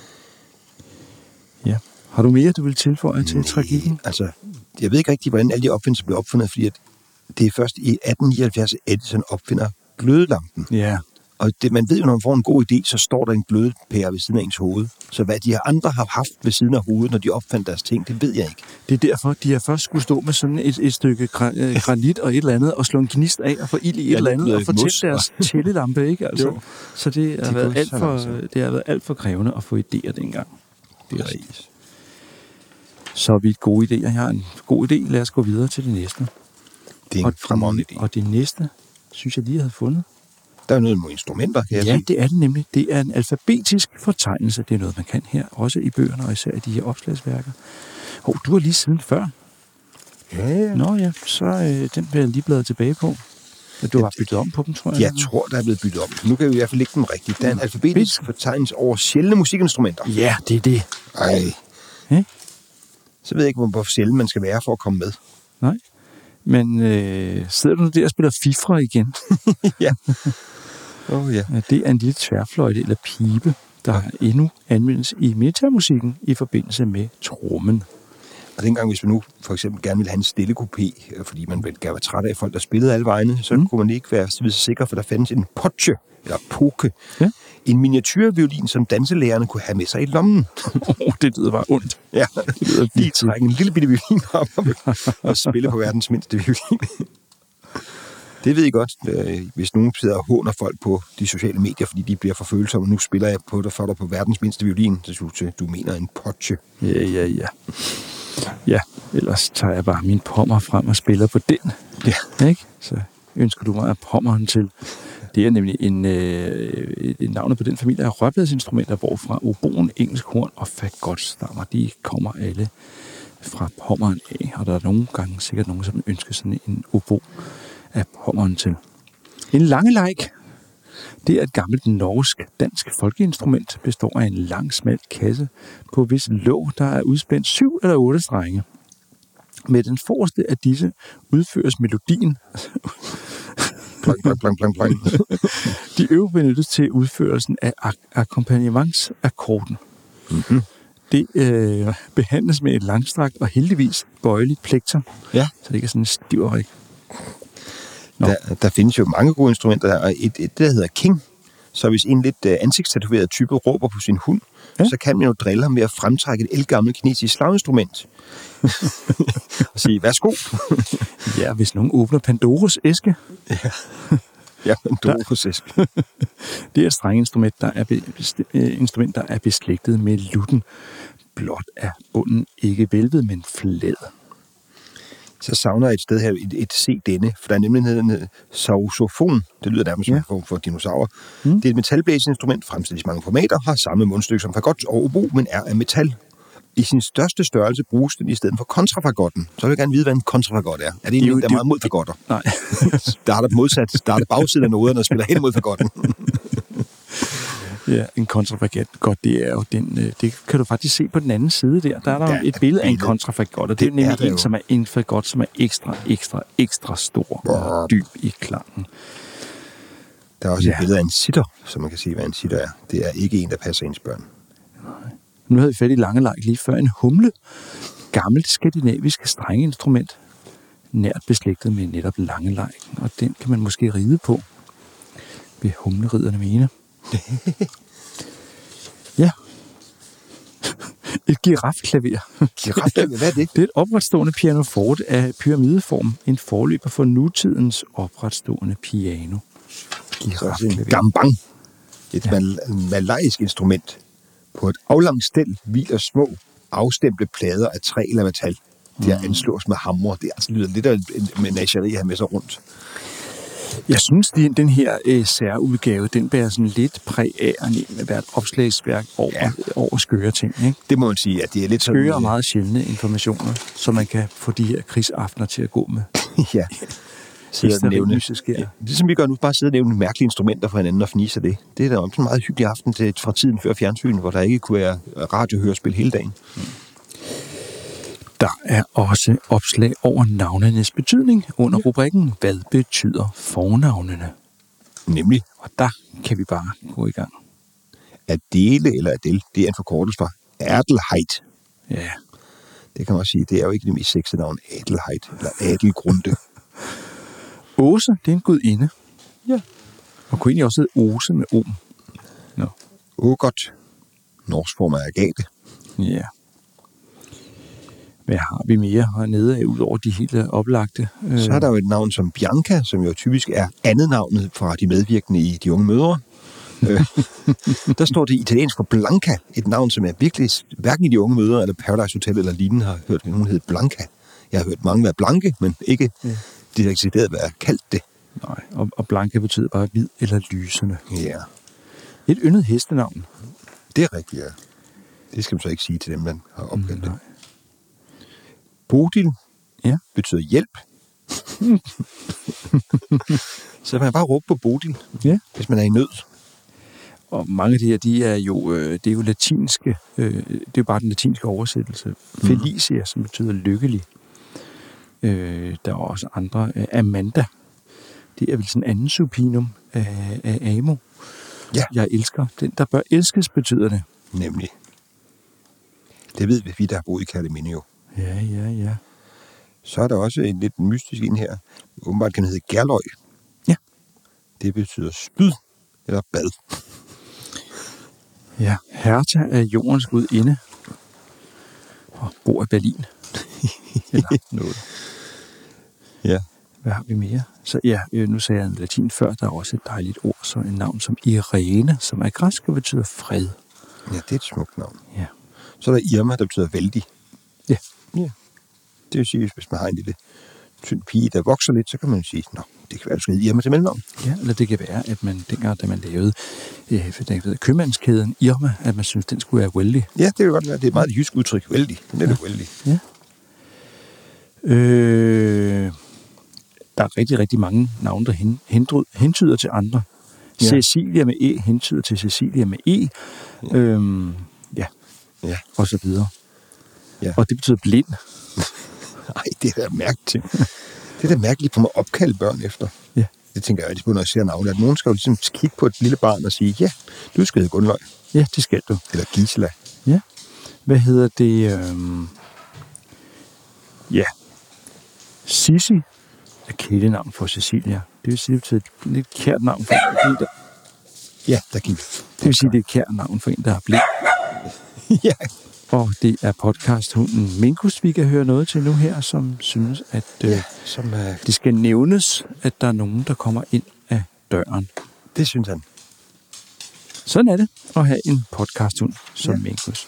Ja. Har du mere, du vil tilføje til Nej, tragikken? Altså, jeg ved ikke rigtig, hvordan alle de opfindelser blev opfundet, fordi at det er først i atten nioghalvfjerds, Edison opfinder glødelampen. Ja. Og det, man ved jo, når man får en god idé, så står der en glødepære ved siden af ens hoved. Så hvad de andre har haft ved siden af hovedet, når de opfandt deres ting, det ved jeg ikke. Det er derfor, de har først skulle stå med sådan et, et stykke granit og et eller andet, og slå en gnist af og få ild i et ja, eller andet, og få tændt deres tællelampe, ikke? Altså, så det har, de været alt for, det har været alt for krævende at få idéer dengang. Det er rigtigt. Så er vi et gode idéer. Jeg har en god idé. Lad os gå videre til det næste. Det er en fremragende idé. Og det næste, synes jeg lige, jeg havde fundet. Der er noget med instrumenter, kan jeg Ja, sige. det er det nemlig. Det er en alfabetisk fortegnelse. Det er noget, man kan her, også i bøgerne, og især i de her opslagsværker. Hov, du har lige siden før. Ja, ja. Nå ja, så øh, den bliver jeg lige bladet tilbage på. Du har byttet om på dem, tror jeg. Jeg tror, der er blevet byttet om. Nu kan vi i hvert fald lægge dem rigtigt. Der er en alfabetisk fortegnelse over sjældne musikinstrumenter. Ja, det er det. Ej. Ja? Så ved jeg ikke, hvor sjældent man skal være for at komme med. Nej. Men øh, sidder du nu der og spiller fifre igen? Ja. Oh, ja. Det er en lille tværfløjte eller pibe, der ja. endnu anvendes i militærmusikken i forbindelse med trommen. Og dengang, hvis man nu for eksempel gerne ville have en stille kupé, fordi man ville gerne være træt af folk, der spillede alle vegne, så mm. kunne man ikke være så sikker, for der fandtes en poche, eller poke. Ja. En miniatyrviolin, som danselærerne kunne have med sig i lommen. Oh, det lyder bare ondt. Ja, det lyder lige trække en lille bitte violin op og spille på verdens mindste violin. Det ved I godt. Hvis nogen sidder og håner folk på de sociale medier, fordi de bliver for følsomme, nu spiller jeg på dig for dig på verdens mindste violin, så du, du mener en potche. Ja, ja, ja. Ja, ellers tager jeg bare min pommer frem og spiller på den. Ja. Ikke? Så ønsker du mig at pommeren til. Det er nemlig en, øh, et navn på den familie af rørbladsinstrumenter, hvorfra oboen, engelsk horn og fagotstammer, de kommer alle fra pommeren af. Og der er nogle gange sikkert nogen, som ønsker sådan en obo af pommeren til. En langelæg, det er et gammelt norsk-dansk folkeinstrument, består af en lang, smal kasse, på hvis låg, der er udspændt syv eller otte strenge. Med den forreste af disse udføres melodien. Plank, plank, plank, plank, plank. De øvrige benyttes til udførelsen af ak- akkompagnementsakkorden. Mm-hmm. Det øh, behandles med et langstrakt og heldigvis bøjeligt plekter, Ja. så det ikke er sådan en stivrik. Der, der findes jo mange gode instrumenter der, og et, et der hedder King. Så hvis en lidt uh, ansigtstatoveret type råber på sin hund, ja. så kan man jo drille ham med at fremtrække et ældgammelt kinesisk slaginstrument. Og sige, værsgo. Ja, hvis nogen åbner Pandoras æske. Ja, ja Pandoras æske. Det er et strengeinstrument, der er, be, instrument, der er beslægtet med lutten. Blot er bunden ikke vælvet, men flad. Så savner jeg et sted her et, et se denne, for der er nemlig en saxofon. Det lyder nærmest som en form for dinosaurer. Mm. Det er et metalblæseinstrument, fremstilles i mange formater, har samme mundstykke som fagot og obo, men er af metal. I sin største størrelse bruges den i stedet for kontrafagotten. Så vil jeg gerne vide, hvad en kontrafagot er. Er det en, der er meget mod fagotter? Nej. Der er der modsat. Der er der bagsiden af noderne, der spiller hen mod fagotten. Ja, en kontrafagot, godt, det er jo den, det kan du faktisk se på den anden side der. Der er der ja, et billede af en kontrafagot, og det, det er nemlig er en, som er en fagot, som er ekstra, ekstra, ekstra stor og dyb i klangen. Der er også ja. et billede af en sitter, som man kan se, hvad en sitter er. Det er ikke en, der passer ens børn. Nej. Nu havde vi fat i langelæg lige før. En humle, gammelt skandinavisk strengeinstrument, nært beslægtet med netop langelæg, og den kan man måske ride på ved humleriderne mine. Ja. Et girafklaver. Girafklaver, hvad er det? Det er et opretstående pianoforte af pyramideform. En forløber for nutidens opretstående piano. Girafklaver. Gambang. Et ja. mal- malaisk instrument. På et aflangt stel hviler små, afstemte plader af træ eller metal. De er anslås med hamre. Det altså lyder lidt af en menageri her med sig rundt. Jeg synes, at den her øh, særudgave, den bærer sådan lidt præg af at være et opslagsværk over, ja. over skøre ting. Ikke? Det må man sige, at det er lidt sådan... Skøre og meget sjældne informationer, så man kan få de her krigsaftener til at gå med. Ja. Sidde og nævne. Ja. Det som vi gør nu, bare sidde og nævne mærkelige instrumenter for hinanden og fnise af det. Det er da også en meget hyggelig aften til, fra tiden før fjernsyn, hvor der ikke kunne være radiohørespil hele dagen. Mm. Der er også opslag over navnenes betydning under rubrikken, hvad betyder fornavnene? Nemlig? Og der kan vi bare gå i gang. Adele eller Adele, det er en forkortelse for Adelheid. Ja. Det kan man også sige, det er jo ikke det mest sexede navn, Adelheid eller Adelgrunde. Åse, det er en gudinde. Ja. Og kunne egentlig også hedde Ose med O. Nå. Ågot. Norsk form af Agathe. Ja. Hvad har vi mere hernede af, ud over de helt oplagte? Så er der jo et navn som Bianca, som jo typisk er andet navnet fra de medvirkende i De Unge Mødre. Der står det italiensk for Blanca, et navn, som er virkelig hverken i De Unge Mødre eller Paradise Hotel eller lignende har hørt nogen hedder Blanca. Jeg har hørt mange være blanke, men ikke ja. de har eksisteret være kaldt det. Nej, og, og Blanca betyder bare hvid eller lysende. Ja. Et yndet hestenavn. Det er rigtigt, ja. Det skal man så ikke sige til dem, der har opkaldt det. Nej. Bodil ja. betyder hjælp. Så man bare råbe på Bodil, ja. hvis man er i nød. Og mange af de her, de er jo, øh, det er jo latinske, øh, det er jo bare den latinske oversættelse. Mm. Felicia, som betyder lykkelig. Øh, der er også andre. Øh, Amanda, det er vel sådan en anden supinum af, af Amo. Ja. Jeg elsker. Den, der bør elskes, betyder det. Nemlig. Det ved vi, der har boet i Kerteminde jo. Ja, ja, ja. Så er der også en lidt mystisk en her. Åbenbart kan den hedde Gerløg. Ja. Det betyder spyd eller bad. Ja, Hertha er jordens gudinde og bor i Berlin. Eller noget. Ja. Hvad har vi mere? Så ja, øh, nu sagde jeg en latin før, der er også et dejligt ord, så en navn som Irene, som er græsk og betyder fred. Ja, det er et smukt navn. Ja. Så er der Irma, der betyder vældig. Ja. Ja. Det vil sige, hvis man har en lille tynd pige, der vokser lidt, så kan man sige, nå, det kan være, at du skal hedde Irma til mellemnavn. Ja, eller det kan være, at man dengang, da man lavede øh, den købmandskæden Irma, at man synes, den skulle være vældig. Ja, det kan godt være. Det er et meget jysk udtryk. Vældig. Den er ja. det vældig. Ja. Øh, der er rigtig, rigtig mange navne, der hen, hentyder, hentyder til andre. Ja. Cecilia med E hentyder til Cecilia med E. Ja. Øhm, ja. ja. Og så videre. Ja. Og det betyder blind. Nej, det er da mærkeligt. Det er da mærkeligt for mig at opkalde børn efter. Ja. Det tænker jeg altid på, når jeg ser navnet. At nogen skal jo ligesom kigge på et lille barn og sige, ja, du skal hedde Gunnløg. Ja, det skal du. Eller Gisela. Ja. Hvad hedder det? Øhm... Ja. Sissi er kælenavn for Cecilia. Det vil sige, det er et lidt kært navn for en, der... Ja, der gik. Det vil sige, det er et kært navn for en, der er blind. Ja. Og det er podcasthunden Minkus, vi kan høre noget til nu her, som synes, at øh, ja, som, øh... det skal nævnes, at der er nogen, der kommer ind af døren. Det synes han. Sådan er det at have en podcasthund som ja. Minkus.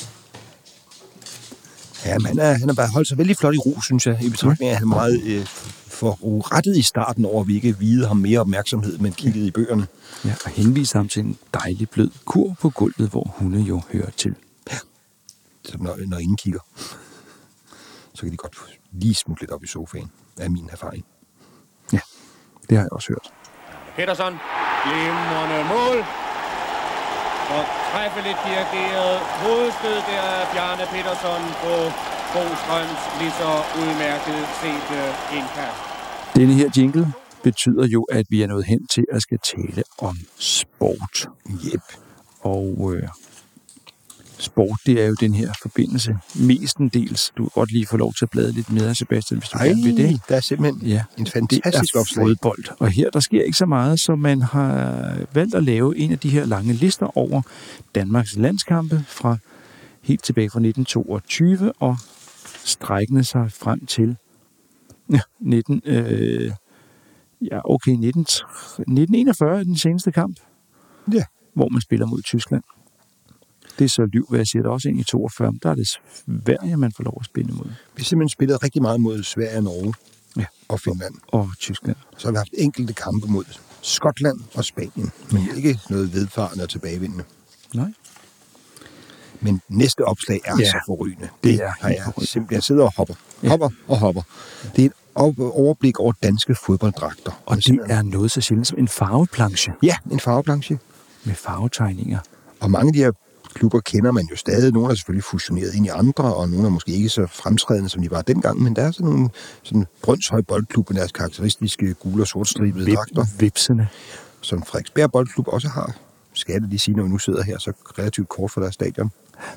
Ja, men han, er, han har bare holdt sig vældig flot i ro, synes jeg, i betragtning af, at han er meget øh, for rettet i starten over, at vi ikke vide ham mere opmærksomhed, men kiggede i bøgerne. Ja, og henviser ham til en dejlig blød kur på gulvet, hvor hunde jo hører til. Ja, så når, når ingen kigger, så kan de godt lige smutte lidt op i sofaen, af min erfaring. Ja, det har jeg også hørt. Peterson, glimrende mål. Og træffeligt dirigeret hovedstød der af Bjarne Peterson på Bostrøms lige så udmærket set indkast. Denne her jingle betyder jo, at vi er nået hen til at skal tale om sport. Yep. Og øh, sport, det er jo den her forbindelse mestendels. Du kan godt lige få lov til at blade lidt med, Sebastian, hvis du Ej, gerne vil det. Der er simpelthen ja, en fantastisk opslag. Fodbold. Og her, der sker ikke så meget, så man har valgt at lave en af de her lange lister over Danmarks landskampe fra helt tilbage fra nitten toogtyve og strækkende sig frem til ja, nitten, øh, ja, okay, nitten, nitten enogfyrre den seneste kamp, ja. Hvor man spiller mod Tyskland. Det er så liv, hvad jeg siger, der også ind i toogfyrre, der er det Sverige, man får lov at spille mod. Vi har simpelthen spillet rigtig meget mod Sverige og Norge ja. og Finland. Og Tyskland. Så har vi haft enkelte kampe mod Skotland og Spanien, men ja. ikke noget vedfarende og tilbagevendende. Nej. Men næste opslag er ja. så forrygende. Det, det er har jeg forrygende. Simpelthen. Jeg sidder og hopper, ja. hopper og hopper. Det er et overblik over danske fodbolddragter. Og, og det er noget så sjældent som en farveplanche. Ja, en farveplanche. Med farvetegninger. Og mange af de her klubber kender man jo stadig. Nogle er selvfølgelig fusioneret ind i andre, og nogle er måske ikke så fremtrædende, som de var dengang, men der er sådan nogle sådan Brøndshøj Boldklub med deres karakteristiske gule og sortstribede Vip, dragter. Vipsene. Som Frederiksberg Boldklub også har. Skal det lige sige, når vi nu sidder her, så relativt kort for deres stadion.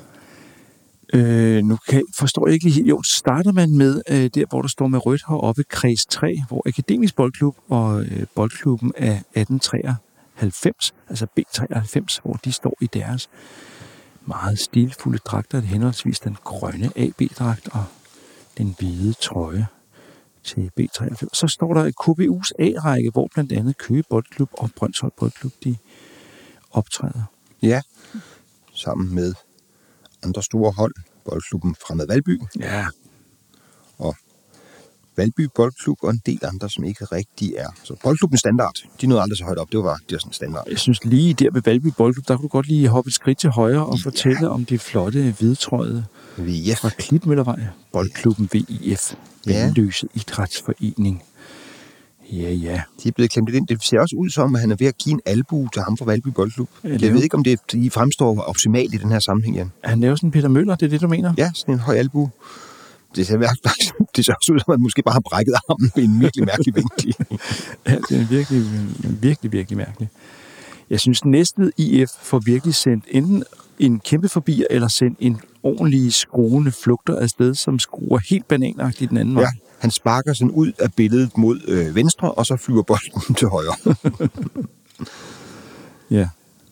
Øh, nu kan, forstår jeg ikke lige. Jo, starter man med øh, der, hvor der står med rødt heroppe, kreds tre, hvor Akademisk Boldklub og øh, Boldklubben af atten treoghalvfems, altså B treoghalvfems, hvor de står i deres meget stilfulde dragter, det henholdsvis den grønne A B-dragt og den hvide trøje til B treoghalvfems. Så står der K B U's A-række, hvor blandt andet Køge Boldklub og Brøndshøj Boldklub, de optræder. Ja, sammen med andre store hold, Boldklubben Fremad Valby. Ja. Og Valby Boldklub og en del andre, som ikke rigtig er. Så Boldklubben Standard, de nåede aldrig så højt op. Det var, det var sådan standard. Jeg synes lige der ved Valby Boldklub, der kunne du godt lige hoppe et skridt til højre og ja. fortælle om de flotte hvidtrøjede V I F fra Klitmøllervej. Boldklubben V I F. Vandløse ja. Idrætsforening. Ja, ja. De er blevet klemt lidt ind. Det ser også ud som, at han er ved at give en albu til ham fra Valby Boldklub. Ja, jeg ved ikke, om det de fremstår optimalt i den her sammenhæng, Jan. Han laver sådan en Peter Møller, det er det, du mener? Ja, sådan en høj albu. Det ser, det ser også ud som, at man måske bare har brækket armen med en virkelig mærkelig vinkel. Ja, det er virkelig, virkelig, virkelig mærkeligt. Jeg synes, næsten I F får virkelig sendt enten en kæmpe forbi, eller sendt en ordentlig skruende flugter afsted, som skruer helt bananagtigt den anden vej. Ja, han sparker sådan ud af billedet mod øh, venstre, og så flyver bolden til højre. Ja.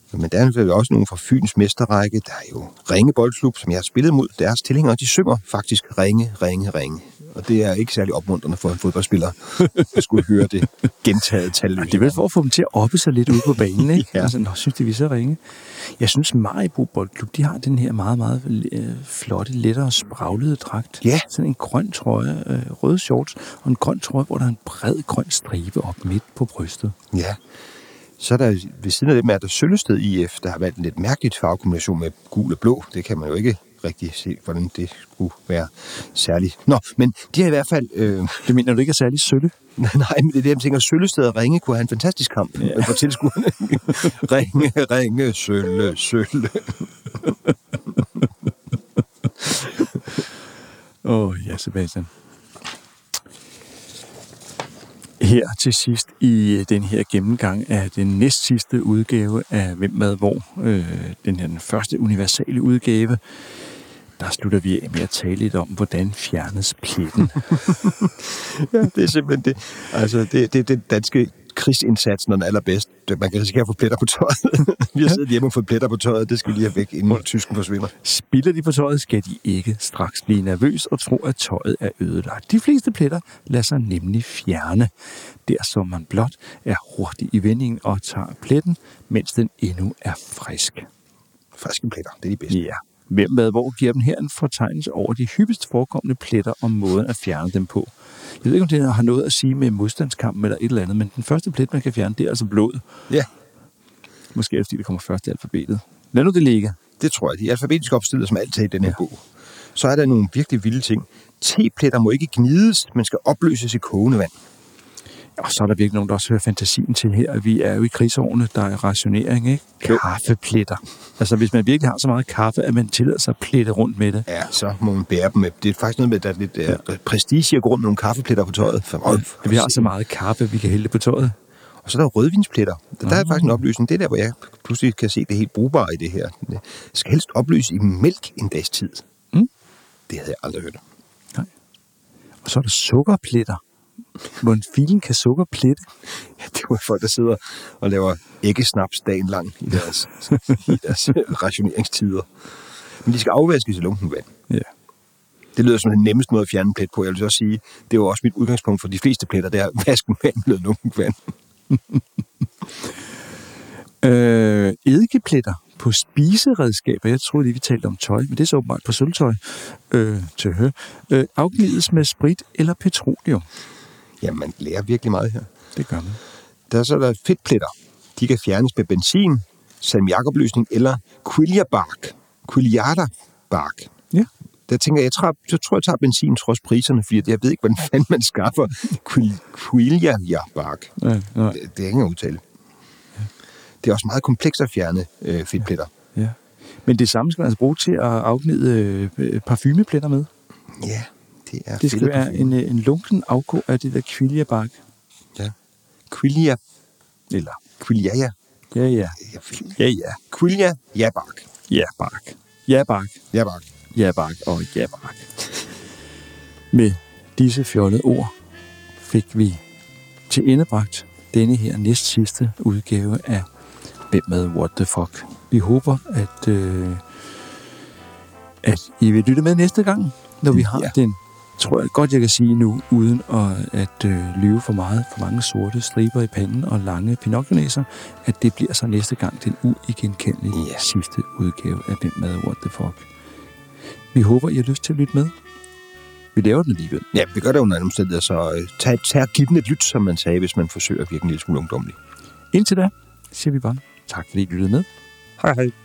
Men der er også nogle fra Fyns mesterrække. Der er jo Ringe Boldklub, som jeg har spillet mod. Deres tilhængere, de synger faktisk Ringe, Ringe, Ringe. Og det er ikke særlig opmuntrende for en fodboldspiller at skulle høre det gentaget tal. Det er vel for at få dem til at oppe sig lidt ude på banen, ikke? Ja. Altså, nå, synes de, vi så Ringe. Jeg synes, Maribo Boldklub, de har den her meget, meget øh, flotte, lettere spraglede dragt. Ja. Sådan en grøn trøje, øh, røde shorts, og en grøn trøje, hvor der er en bred grøn stribe op midt på brystet. Ja. Så er der ved siden af dem er der Søllested I F, der har valgt en lidt mærkeligt farvekombination med gul og blå. Det kan man jo ikke rigtig se, hvordan det skulle være særligt. Nå, men de har i hvert fald... Øh... Det mener du ikke er særlig sølle? Nej, men det er det, jeg tænker, Søllested og Ringe kunne have en fantastisk kamp ja. for tilskuerne. Ringe, Ringe, Sølle, Sølle. Åh, oh, ja, Sebastian. Her til sidst i den her gennemgang af den næst sidste udgave af Hvem, Hvad, Hvor, øh, den her den første universale udgave, der slutter vi af med at tale lidt om, hvordan fjernes pletten. Ja, det er simpelthen det. Altså, det, det, det danske krigsindsats, når den er allerbedst. Man kan risikere at få pletter på tøjet. Vi har siddet hjemme og fået pletter på tøjet. Det skal vi lige have væk, inden tysken forsvinder. Spiller de på tøjet, skal de ikke straks blive nervøs og tro, at tøjet er ødelagt. De fleste pletter lader sig nemlig fjerne. Der som man blot er hurtig i vendingen og tager pletten, mens den endnu er frisk. Friske pletter, det er de bedste. Ja. Hvem, hvad, hvor giver dem her en fortegnelse over de hyppigst forekommende pletter og måden at fjerne dem på. Jeg ved ikke, om det har noget at sige med modstandskampen eller et eller andet, men den første plet, man kan fjerne, det er altså blod. Ja. Måske fordi det kommer først i alfabetet. Lad nu det ligge. Det tror jeg. De er alfabetisk opstillet som altid i denne ja. bog. Så er der nogle virkelig vilde ting. T-pletter må ikke gnides, men skal opløses i kogende vand. Og så er der virkelig nogen, der også hører fantasien til her. Vi er jo i krigsårene, der er rationering, ikke? Kaffepletter. Altså, hvis man virkelig har så meget kaffe, at man tillader sig at plette rundt med det. Ja, så må man bære dem med. Det er faktisk noget med, at der er lidt ja. prestige at gå rundt med nogle kaffepletter på tøjet. For, ja, vi har så meget kaffe, vi kan hælde på tøjet. Og så er der rødvinspletter. Der, der er faktisk en opløsning. Det er der, hvor jeg pludselig kan se det helt brugbare i det her. Det skal helst opløses i mælk en dags tid. Mm. Det havde jeg aldrig hørt. Nej. Og så er der sukkerpletter. Hvor en filen kan sukkerplette. Ja, det var folk, der sidder og laver æggesnaps dagen lang i deres, i deres rationeringstider. Men de skal afvaskes i lunken vand. Ja. Det lyder som den nemmeste måde at fjerne en plet på. Jeg vil også sige, det var også mit udgangspunkt for de fleste pletter, det er at vaske vand med lunken vand. øh, eddikepletter på spiseredskaber. Jeg troede lige, vi talte om tøj, men det er så åbenbart på sølvtøj. Øh, tøh. Øh, afgnides med sprit eller petroleum. Ja, man lærer virkelig meget her. Det gør man. Der er så der fedtpletter. De kan fjernes med benzin, salmiakopløsning eller quillia-bark. Quilliarder-bark. Ja. Der tænker jeg, jeg tror, jeg, tror, jeg tager benzin trods priserne, fordi jeg ved ikke, hvordan fanden man skaffer quillia-bark. Nej, nej. Det, det er ikke en udtale. Ja. Det er også meget komplekst at fjerne øh, fedtpletter. Ja. Ja. Men det samme skal man altså bruge til at afgnide øh, parfumepletter med. Ja, det er det skal være en, en lunken afgå af det der quillia-bark. Ja. Quillia. Eller quillia. Ja, ja. Ja, ja. Quillia, ja, bark. Ja, bark. Ja, bark. Ja, bark. Ja, bark og ja, bark. Med disse fjollede ord fik vi til endebragt denne her næst sidste udgave af Hvem, Hvad, What the Fuck. Vi håber, at, øh, at I vil lytte med næste gang, når vi har ja. den, tror jeg godt, jeg kan sige nu, uden at, at øh, lyve for meget, for mange sorte striber i panden og lange pinocchionæser, at det bliver så næste gang den uigenkendelige ja. sidste udgave af Hvem, Hvad, What the Fuck. Vi håber, I har lyst til at lytte med. Vi laver den alligevel. Ja, vi gør det under andre omstændigheder, så øh, tag, tag og giv den et lyt, som man sagde, hvis man forsøger at virke en lille smule ungdomlig. Indtil da siger vi bare tak, fordi I lyttede med. Hej hej.